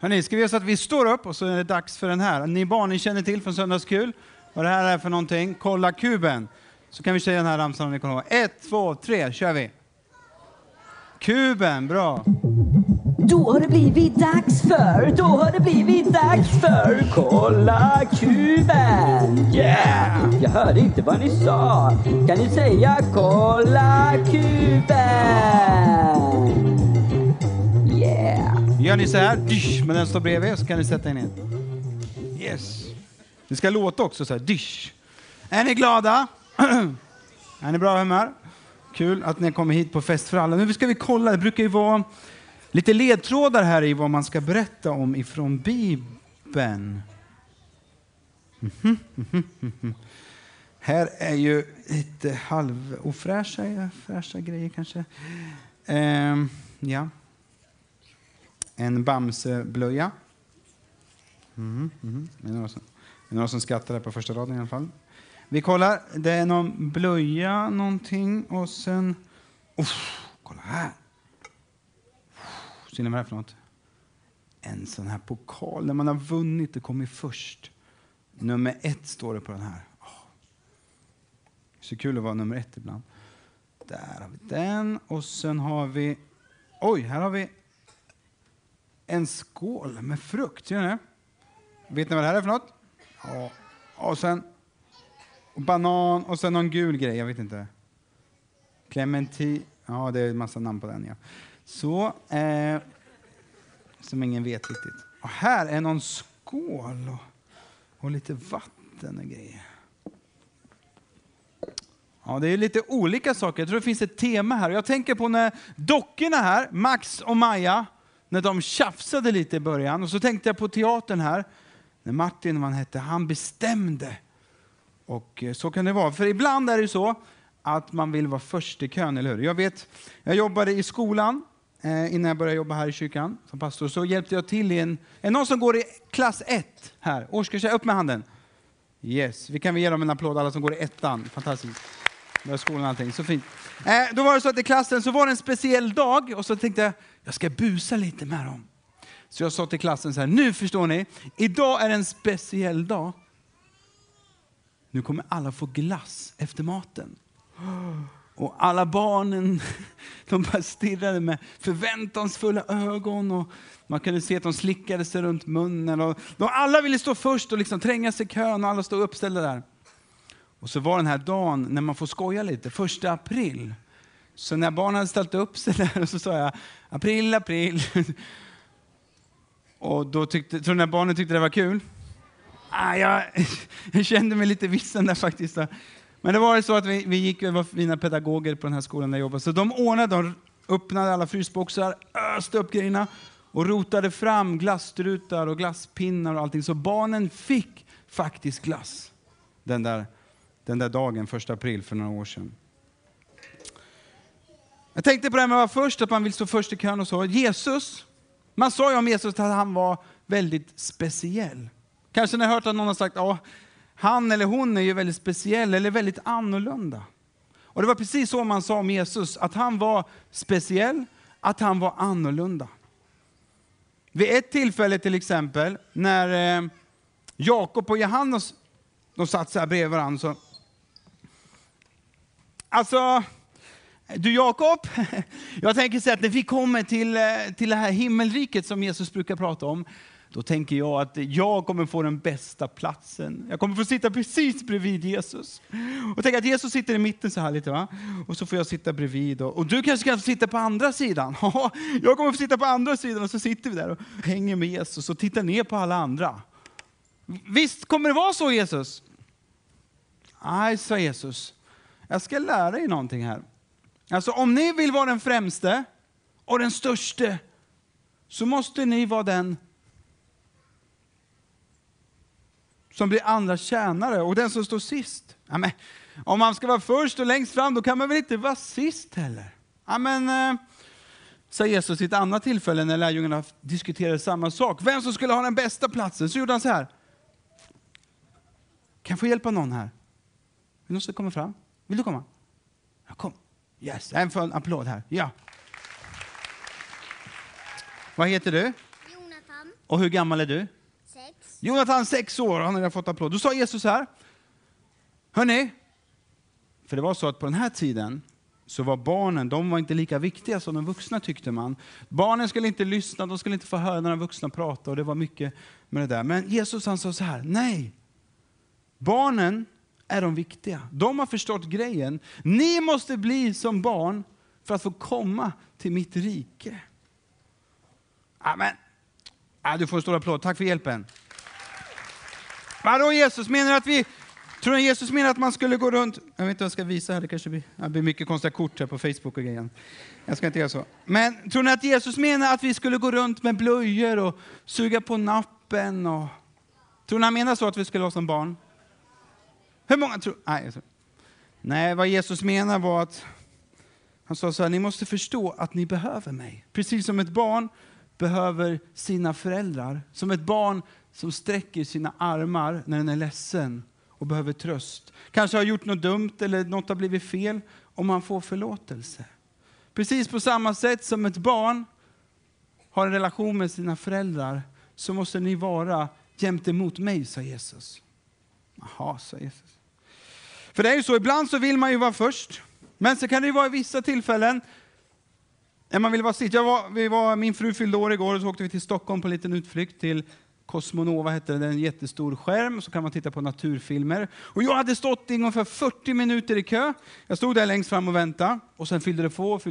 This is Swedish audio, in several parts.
Hörrni, ska vi göra så att vi står upp och så är det dags för den här. Ni barn, ni känner till från söndagskul vad det här är för någonting. Kolla kuben. Så kan vi säga den här ramsan om ni kommer ihåg. 1, 2, 3, kör vi. Kuben, bra. Då har det blivit dags för Kolla kuben. Yeah! Jag hörde inte vad ni sa. Kan ni säga Kolla kuben? Yeah! Gör ni så här, dysch, men den står bredvid så kan ni sätta in in. Yes. Det ska låta också så här, dysch. Är ni glada? Är ni bra humör? Kul att ni kommer hit på Fest för alla. Nu ska vi kolla, det brukar ju vara lite ledtrådar här i vad man ska berätta om ifrån Bibeln. Här är ju lite fräscha grejer kanske. Ja. En bamseblöja. Det är några som skrattar här på första raden i alla fall. Vi kollar, det är någon blöja, någonting och sen... kolla här. Ser ni vad det är för något? En sån här pokal där man har vunnit och kommit först. Nummer 1 står det på den här. Så kul att vara nummer 1 ibland. Där har vi den. Och sen har vi... här har vi en skål med frukt. Ser ni det? Vet ni vad det här är för något? Ja. Och sen... banan och sen någon gul grej, jag vet inte. Clementi. Ja, det är en massa namn på den, ja. Så, som ingen vet riktigt. Och här är någon skål och lite vatten och grejer. Ja, det är lite olika saker. Jag tror det finns ett tema här. Jag tänker på när dockorna här, Max och Maja, när de tjafsade lite i början. Och så tänkte jag på teatern här, när Martin, vad han hette, han bestämde. Och så kan det vara. För ibland är det så att man vill vara först i kön, eller hur? Jag jobbade i skolan innan jag började jobba här i kyrkan som pastor. Så hjälpte jag till i är någon som går i klass 1 här? Årskurs, upp med handen. Yes, vi kan ge dem en applåd alla som går i 1:an. Fantastiskt. Börjar skolan och allting, så fint. Då var det så att i klassen så var det en speciell dag. Och så tänkte jag ska busa lite med dem. Så jag sa till klassen så här, nu förstår ni, idag är en speciell dag. Nu kommer alla få glass efter maten. Och alla barnen, de bara stirrade med förväntansfulla ögon. Och man kunde se att de slickade sig runt munnen. Och alla ville stå först och liksom tränga sig i kön och alla stod uppställda där. Och så var den här dagen när man får skoja lite, 1 april. Så när barnen hade ställt upp sig där så sa jag, april. Och då tror ni när barnen tyckte det var kul? Jag kände mig lite vissen där faktiskt. Men det var så att vi gick över fina pedagoger på den här skolan där jag jobbade. Så de öppnade alla frysboxar, öste upp grejerna och rotade fram glasstrutar och glasspinnar och allting. Så barnen fick faktiskt glass den där dagen, 1 april för några år sedan. Jag tänkte på det här med att vara först, att man vill stå först i kön och så. Jesus, man sa ju om Jesus att han var väldigt speciell. Kanske ni har hört att någon har sagt att han eller hon är ju väldigt speciell eller väldigt annorlunda. Och det var precis så man sa om Jesus. Att han var speciell, att han var annorlunda. Vid ett tillfälle till exempel när Jakob och Johannes de satt så här bredvid varandra. Så, alltså, du Jakob, jag tänker säga att när vi kommer till det här himmelriket som Jesus brukar prata om. Då tänker jag att jag kommer få den bästa platsen. Jag kommer få sitta precis bredvid Jesus. Och tänk att Jesus sitter i mitten så här lite, va? Och så får jag sitta bredvid. Och du kanske kan sitta på andra sidan. Jag kommer få sitta på andra sidan och så sitter vi där och hänger med Jesus och tittar ner på alla andra. Visst kommer det vara så, Jesus? Nej, sa Jesus. Jag ska lära er någonting här. Alltså om ni vill vara den främste och den störste så måste ni vara den som blir andra tjänare och den som står sist. Amen. Om man ska vara först och längst fram då kan man väl inte vara sist heller. Amen. Sa Jesus i ett annat tillfälle när lärjungarna diskuterade samma sak. Vem som skulle ha den bästa platsen. Så gjorde han så här. Kan jag få hjälpa någon här? Vill någon som kommer fram? Vill du komma? Ja, kom. Yes, en applåd här. Ja. Vad heter du? Jonathan. Och hur gammal är du? 6. Jonathan 6 år, han hade fått applåd. Då sa Jesus här. Hörrni, för det var så att på den här tiden så var barnen, de var inte lika viktiga som de vuxna tyckte man. Barnen skulle inte lyssna, de skulle inte få höra när de vuxna pratade och det var mycket med det där. Men Jesus han sa så här, nej, barnen är de viktiga. De har förstått grejen. Ni måste bli som barn för att få komma till mitt rike. Amen. Du får en stor applåd, tack för hjälpen. Vadå Jesus, menar att vi... Tror ni Jesus menar att man skulle gå runt... Jag vet inte vad jag ska visa här. Det kanske blir mycket konstiga kort här på Facebook och grejen. Jag ska inte göra så. Men tror ni att Jesus menar att vi skulle gå runt med blöjor och suga på nappen? Och... Tror ni han menar så att vi skulle vara som barn? Hur många tror... Nej, vad Jesus menar var att... Han sa så här, ni måste förstå att ni behöver mig. Precis som ett barn behöver sina föräldrar. Som ett barn som sträcker sina armar när den är ledsen och behöver tröst. Kanske har gjort något dumt eller något har blivit fel och man får förlåtelse. Precis på samma sätt som ett barn har en relation med sina föräldrar så måste ni vara jämt emot mig, sa Jesus. Jaha, sa Jesus. För det är ju så, ibland så vill man ju vara först. Men så kan det ju vara i vissa tillfällen när man vill vara sist. Min fru fyllde år igår och så åkte vi till Stockholm på en liten utflykt till Cosmonova hette det, en jättestor skärm så kan man titta på naturfilmer. Och jag hade stått i ungefär 40 minuter i kö. Jag stod där längst fram och väntade och sen fyllde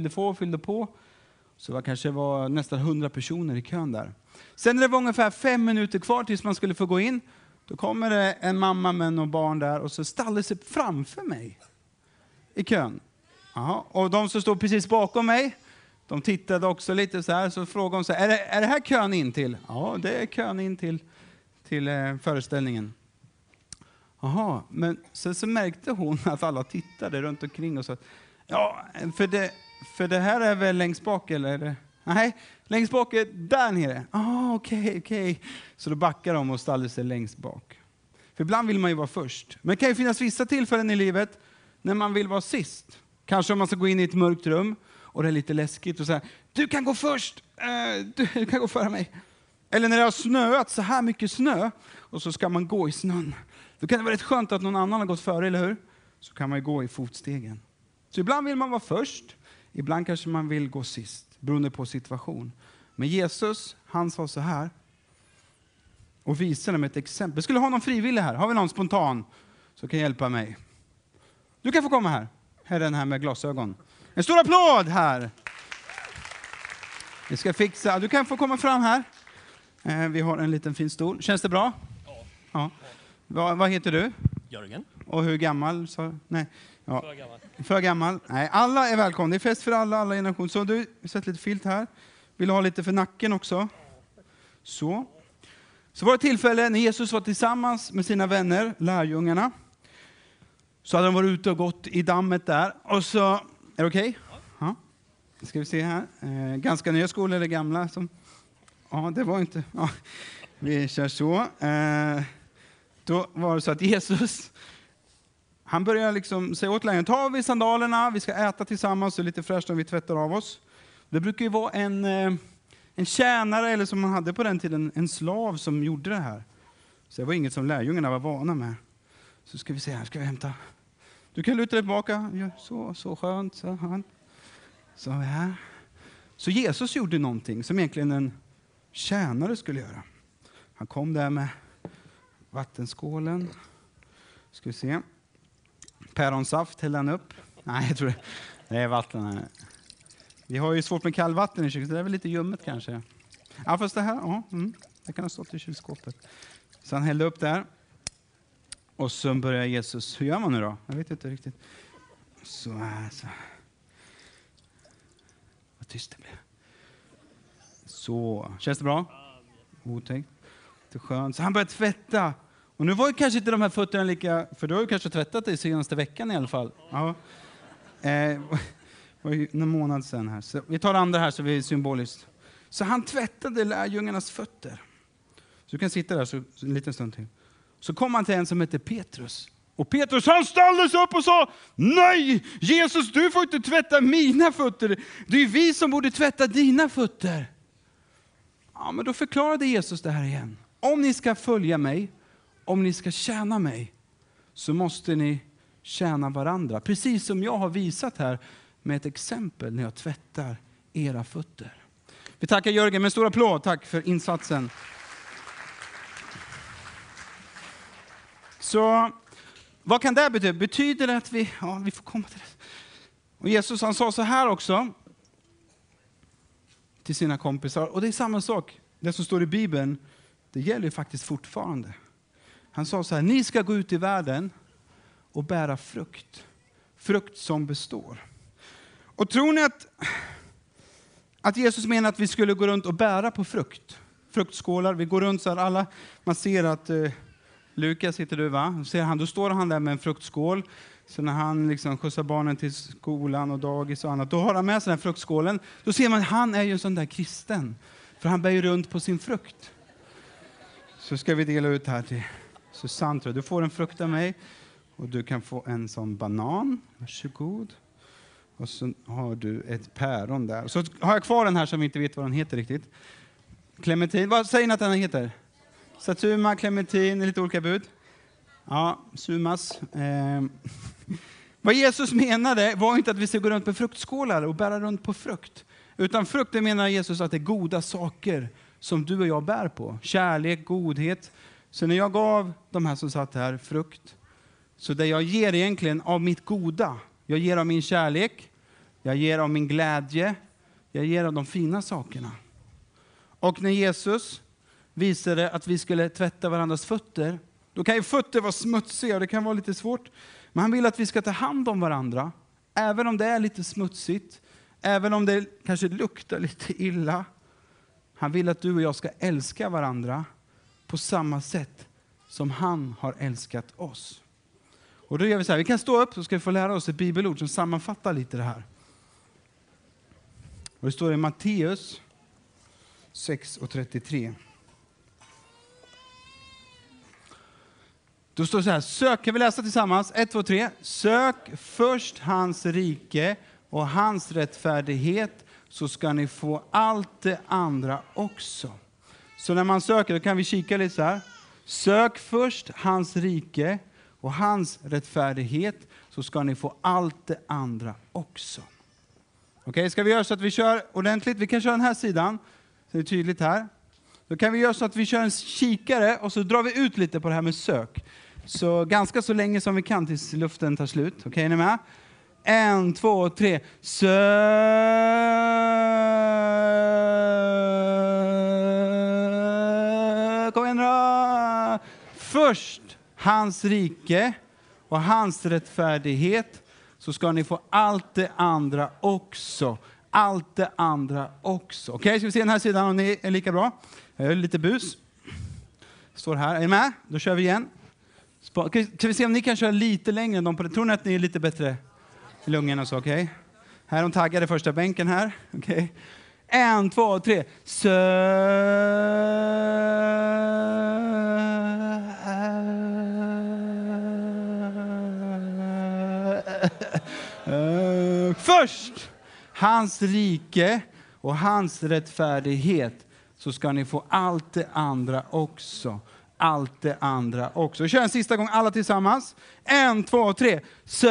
på. Så det kanske var nästan 100 personer i kön där. Sen när det var ungefär 5 minuter kvar tills man skulle få gå in, då kommer det en mamma med några barn där och så ställer sig framför mig i kön. Aha. Och de som stod precis bakom mig, de tittade också lite så här, så frågade de så här, är det här kön in till? Ja, det är kön in till föreställningen. Jaha, men sen så märkte hon att alla tittade runt omkring och sa, ja, för det här är väl längst bak eller är det? Nej, längst bak är där nere. Okej. Så då backar de och ställer sig längst bak. För ibland vill man ju vara först. Men det kan ju finnas vissa tillfällen i livet när man vill vara sist. Kanske om man ska gå in i ett mörkt rum och det är lite läskigt och säga, du kan gå först, du kan gå före mig. Eller när det har snöat så här mycket snö och så ska man gå i snön. Då kan det vara rätt skönt att någon annan har gått före, eller hur? Så kan man ju gå i fotstegen. Så ibland vill man vara först, ibland kanske man vill gå sist, beroende på situation. Men Jesus, han sa så här och visade med ett exempel. Jag skulle ha någon frivillig här, har vi någon spontan som kan hjälpa mig? Du kan få komma här. Här är den här med glasögon. En stor applåd här. Vi ska fixa. Du kan få komma fram här. Vi har en liten fin stol. Känns det bra? Ja. Vad heter du? Jörgen. Och hur gammal? Nej. Ja. För gammal. För gammal. Nej, alla är välkomna. Det är fest för alla generationer. Så du sätter lite filt här. Vill du ha lite för nacken också? Så var det tillfälle när Jesus var tillsammans med sina vänner, lärjungarna. Så hade de varit ute och gått i dammet där. Och så, är det okej? Ja. Ska vi se här. Ganska nya skolor eller gamla? Ja, det var inte... Ja. Vi kör så. Då var det så att Jesus, han började liksom säga åt lärjungarna, ta vi sandalerna, vi ska äta tillsammans, så lite fräscht om vi tvättar av oss. Det brukar ju vara en tjänare, eller som man hade på den tiden, en slav som gjorde det här. Så det var inget som lärjungarna var vana med. Så ska vi se här, ska vi hämta. Du kan luta dig tillbaka. Ja, så skönt. Så här. Så Jesus gjorde någonting som egentligen en tjänare skulle göra. Han kom där med vattenskålen. Ska vi se. Päronsaft hällde han upp. Nej, jag tror det är vatten här. Vi har ju svårt med kallvatten i köket. Det är väl lite ljummet kanske. Ja, fast det här, ja. Det kan ha stått i kylskåpet. Så han hällde upp där. Och så börjar Jesus, hur gör man nu då? Jag vet inte riktigt. Så här, så. Vad tyst det blev. Så, känns det bra? Otänkt. Det är skönt. Så han börjar tvätta. Och nu var ju kanske inte de här fötterna lika, för du har ju kanske tvättat det senaste veckan i alla fall. Ja. Det var ju en månad sedan här. Så vi tar andra här så vi är symboliskt. Så han tvättade lärjungarnas fötter. Så du kan sitta där så en liten stund till. Så kom han till en som heter Petrus. Och Petrus, han ställde sig upp och sa, nej, Jesus, du får inte tvätta mina fötter. Det är vi som borde tvätta dina fötter. Ja, men då förklarade Jesus det här igen. Om ni ska följa mig, om ni ska tjäna mig, så måste ni tjäna varandra. Precis som jag har visat här med ett exempel när jag tvättar era fötter. Vi tackar Jörgen med en stor applåd. Tack för insatsen. Så vad kan det betyda? Betyder det att vi får komma till det? Och Jesus han sa så här också till sina kompisar. Och det är samma sak. Det som står i Bibeln, det gäller ju faktiskt fortfarande. Han sa så här, ni ska gå ut i världen och bära frukt. Frukt som består. Och tror ni att Jesus menar att vi skulle gå runt och bära på frukt? Fruktskålar, vi går runt så här alla, man ser att Lukas heter du va? Ser han, då står han där med en fruktskål. Så när han liksom skjutsar barnen till skolan och dagis och annat, då har han med sig den här fruktskålen. Då ser man att han är ju en sån där kristen. För han bär ju runt på sin frukt. Så ska vi dela ut här till Susanne. Du får en frukt av mig. Och du kan få en sån banan. Varsågod. Och så har du ett päron där. Så har jag kvar den här som vi inte vet vad den heter riktigt. Clementin. Vad säger ni att den heter? Satsuma, clementin, lite olika bud. Ja, sumas. Vad Jesus menade var inte att vi ska gå runt på fruktskålar och bära runt på frukt. Utan frukt, det menar Jesus att det är goda saker som du och jag bär på. Kärlek, godhet. Så när jag gav de här som satt här frukt, så det jag ger egentligen av mitt goda. Jag ger av min kärlek, jag ger av min glädje, jag ger av de fina sakerna. Och när Jesus visade att vi skulle tvätta varandras fötter, då kan ju fötter vara smutsiga och det kan vara lite svårt. Men han vill att vi ska ta hand om varandra, även om det är lite smutsigt, även om det kanske luktar lite illa. Han vill att du och jag ska älska varandra på samma sätt som han har älskat oss. Och då gör vi så här, vi kan stå upp så ska vi få lära oss ett bibelord som sammanfattar lite det här. Och det står i Matteus 6:33. Då står det så här, sök, kan vi läsa tillsammans? 1, 2, 3. Sök först hans rike och hans rättfärdighet, så ska ni få allt det andra också. Så när man söker, då kan vi kika lite så här. Sök först hans rike och hans rättfärdighet, så ska ni få allt det andra också. Okej, ska vi göra så att vi kör ordentligt? Vi kan köra den här sidan, så det är tydligt här. Då kan vi göra så att vi kör en kikare och så drar vi ut lite på det här med sök. Så ganska så länge som vi kan tills luften tar slut. Okej, är ni med? 1, 2, 3. Sök kom igen då. Först hans rike och hans rättfärdighet, så ska ni få allt det andra också. Allt det andra också. Okej, ska vi se den här sidan om ni är lika bra? Jag gör lite bus. Står här. Är ni med? Då kör vi igen. Kan vi se om ni kan köra lite längre än de på det? Tror ni att ni är lite bättre i lungorna och så? Okej. Här är de taggade första bänken här. Okej. 1, 2, 3. Först hans rike och hans rättfärdighet, så ska ni få allt det andra också. Allt det andra också. Vi kör en sista gång alla tillsammans. 1, 2, 3.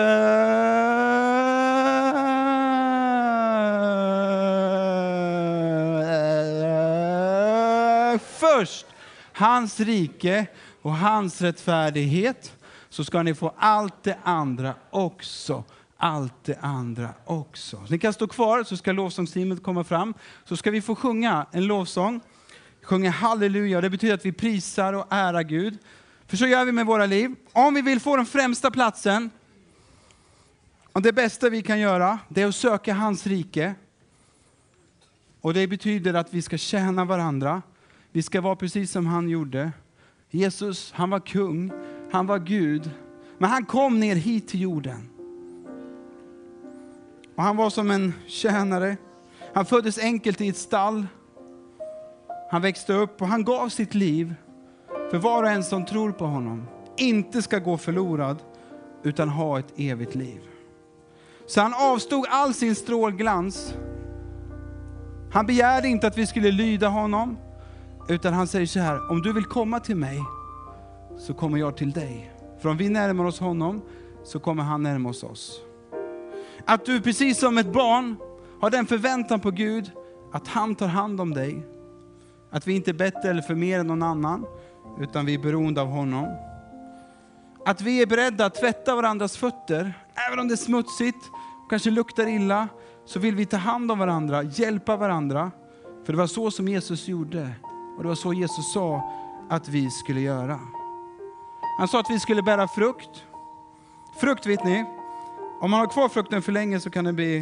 Först hans rike och hans rättfärdighet, så ska ni få allt det andra också. Allt det andra också. Så ni kan stå kvar, så ska lovsångsteamet komma fram. Så ska vi få sjunga en lovsång. Sjunga halleluja. Det betyder att vi prisar och ärar Gud. För så gör vi med våra liv. Om vi vill få den främsta platsen, och det bästa vi kan göra, det är att söka hans rike. Och det betyder att vi ska tjäna varandra. Vi ska vara precis som han gjorde. Jesus, han var kung. Han var Gud. Men han kom ner hit till jorden. Och han var som en tjänare. Han föddes enkelt i ett stall. Han växte upp och han gav sitt liv för var och en som tror på honom. Inte ska gå förlorad, utan ha ett evigt liv. Så han avstod all sin strålglans. Han begärde inte att vi skulle lyda honom. Utan han säger så här: om du vill komma till mig så kommer jag till dig. För om vi närmar oss honom så kommer han närma oss. Att du precis som ett barn har den förväntan på Gud att han tar hand om dig. Att vi inte är bättre eller för mer än någon annan, utan vi är beroende av honom. Att vi är beredda att tvätta varandras fötter, även om det är smutsigt och kanske luktar illa, så vill vi ta hand om varandra, hjälpa varandra. För det var så som Jesus gjorde. Och det var så Jesus sa att vi skulle göra. Han sa att vi skulle bära frukt. Frukt, vet ni, om man har kvar frukten för länge så kan den bli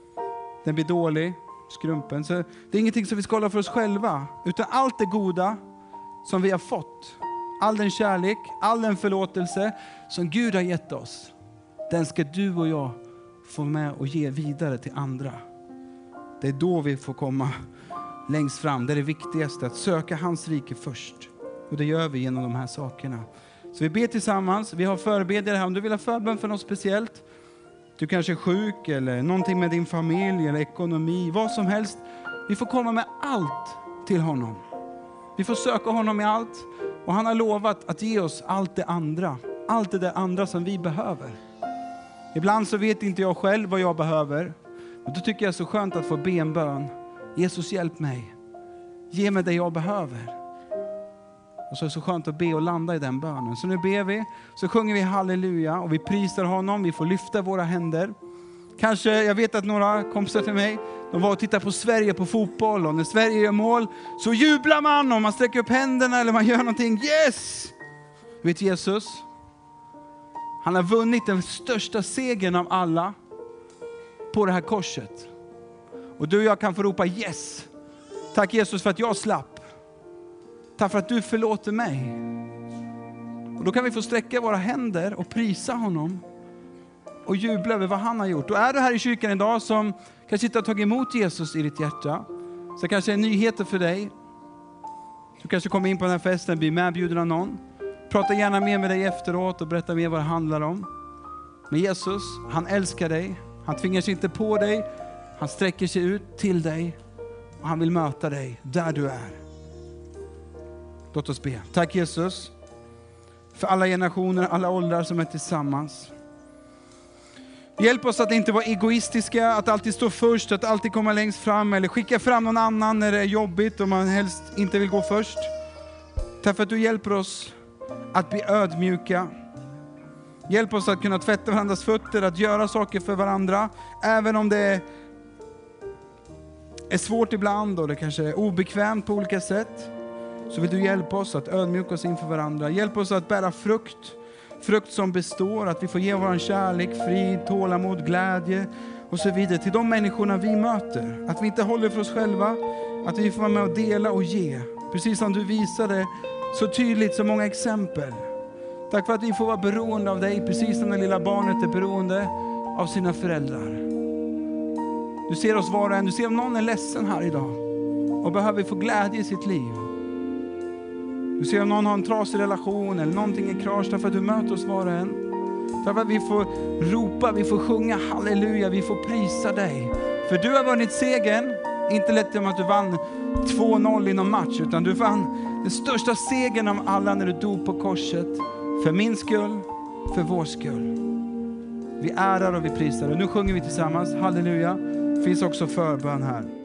dålig, skrumpen. Så det är ingenting som vi ska hålla för oss själva. Utan allt det goda som vi har fått, all den kärlek, all den förlåtelse som Gud har gett oss, den ska du och jag få med och ge vidare till andra. Det är då vi får komma längst fram. Det är det viktigaste, att söka hans rike först. Och det gör vi genom de här sakerna. Så vi ber tillsammans. Vi har förebedjare här. Om du vill ha förbön för något speciellt, du kanske är sjuk eller någonting med din familj eller ekonomi, vad som helst. Vi får komma med allt till honom. Vi får söka honom i allt. Och han har lovat att ge oss allt det andra. Allt det där andra som vi behöver. Ibland så vet inte jag själv vad jag behöver. Men då tycker jag det är så skönt att få be en bön. Jesus, hjälp mig. Ge mig det jag behöver. Och så är det så skönt att be och landa i den bönen. Så nu ber vi, så sjunger vi halleluja och vi prisar honom. Vi får lyfta våra händer. Kanske, jag vet att några kompisar till mig, de var och tittade på Sverige på fotboll. Och när Sverige gör mål så jublar man och man sträcker upp händerna eller man gör någonting. Yes! Vet Jesus? Han har vunnit den största segern av alla på det här korset. Och du och jag kan få ropa yes. Tack Jesus för att jag slapp. Tack för att du förlåter mig. Och då kan vi få sträcka våra händer och prisa honom. Och jubla över vad han har gjort. Och är du här i kyrkan idag som kanske inte har tagit emot Jesus i ditt hjärta. Så kanske är nyheter för dig. Du kanske kommer in på den här festen, blir medbjuden av någon. Prata gärna mer med dig efteråt och berätta mer vad det handlar om. Men Jesus, han älskar dig. Han tvingar sig inte på dig. Han sträcker sig ut till dig. Och han vill möta dig där du är. Låt oss be. Tack Jesus. För alla generationer, alla åldrar som är tillsammans. Hjälp oss att inte vara egoistiska. Att alltid stå först. Att alltid komma längst fram. Eller skicka fram någon annan när det är jobbigt. Och man helst inte vill gå först. Tack för att du hjälper oss att bli ödmjuka. Hjälp oss att kunna tvätta varandras fötter. Att göra saker för varandra. Även om det är svårt ibland. Och det kanske är obekvämt på olika sätt. Så vill du hjälpa oss att ödmjuka oss inför varandra. Hjälp oss att bära frukt. Frukt som består. Att vi får ge vår kärlek, frid, tålamod, glädje och så vidare till de människorna vi möter. Att vi inte håller för oss själva. Att vi får vara med och dela och ge. Precis som du visade så tydligt, så många exempel. Tack för att vi får vara beroende av dig. Precis som det lilla barnet är beroende av sina föräldrar. Du ser oss var och en. Du ser om någon är ledsen här idag. Och behöver få glädje i sitt liv. Du ser om någon har en trasig relation eller någonting är krasch, därför att du möter oss var och en. Därför att vi får ropa, vi får sjunga halleluja, vi får prisa dig. För du har vunnit segern, inte lätt om att du vann 2-0 i någon match, utan du vann den största segern av alla när du dog på korset. För min skull, för vår skull. Vi ärar och vi prisar. Och nu sjunger vi tillsammans, halleluja. Det finns också förbön här.